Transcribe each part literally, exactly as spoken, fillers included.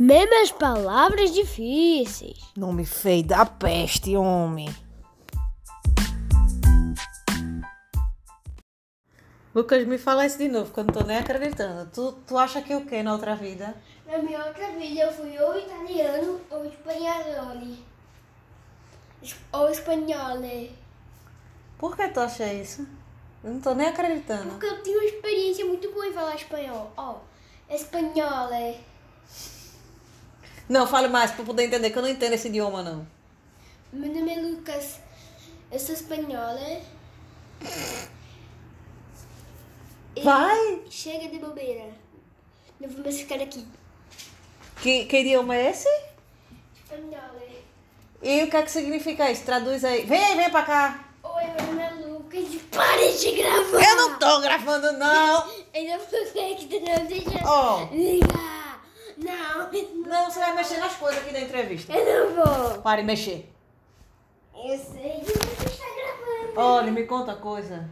Mesmo as palavras difíceis. Nome feio da peste, homem. Lucas, me fala isso de novo, que eu não tô nem acreditando. Tu, tu acha que o quê na outra vida? Na minha outra vida eu fui ou italiano ou espanhol. Ou espanhol. Por que tu acha isso? Eu não tô nem acreditando. Porque eu tenho uma experiência muito boa em falar espanhol. Ó, espanhol. Não, fale mais pra eu poder entender, que eu não entendo esse idioma, não. Meu nome é Lucas. Eu sou espanhola. Vai! Chega de bobeira. Não vou mais ficar aqui. Que, que idioma é esse? Espanhola. E o que é que significa isso? Traduz aí. Vem, vem pra cá. Oi, meu nome é Lucas. Pare de gravar. Eu não tô gravando, não. Eu não falei que tu não deixa Ó. ligar. Não, Não, você vai mexer nas coisas aqui da entrevista. eu não vou. Pare de mexer. Eu sei que você está gravando. Olha, me conta a coisa.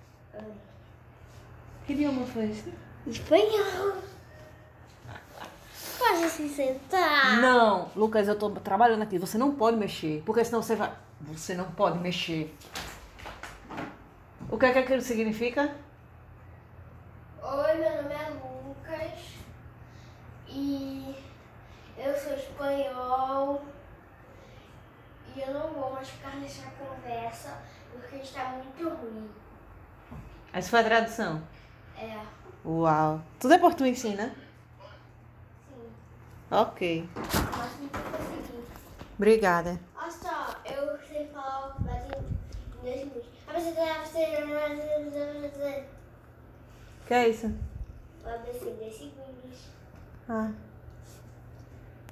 Que idioma foi esse? Espanhol. Pode se sentar. Não, Lucas, eu tô trabalhando aqui. Você não pode mexer, porque senão você vai... Você não pode mexer. O que é que aquilo significa? Oi, meu nome é Lucas. E eu sou espanhol. E eu não vou mais ficar nessa conversa porque está muito ruim. Essa foi a tradução. É. Uau. Tudo é por tu ensina? Sim. Ok. Mas não consegui. Obrigada. Olha só, eu sei falar o alfabeto em dois minutos. Que é isso? A B C, dois segundos. Ah.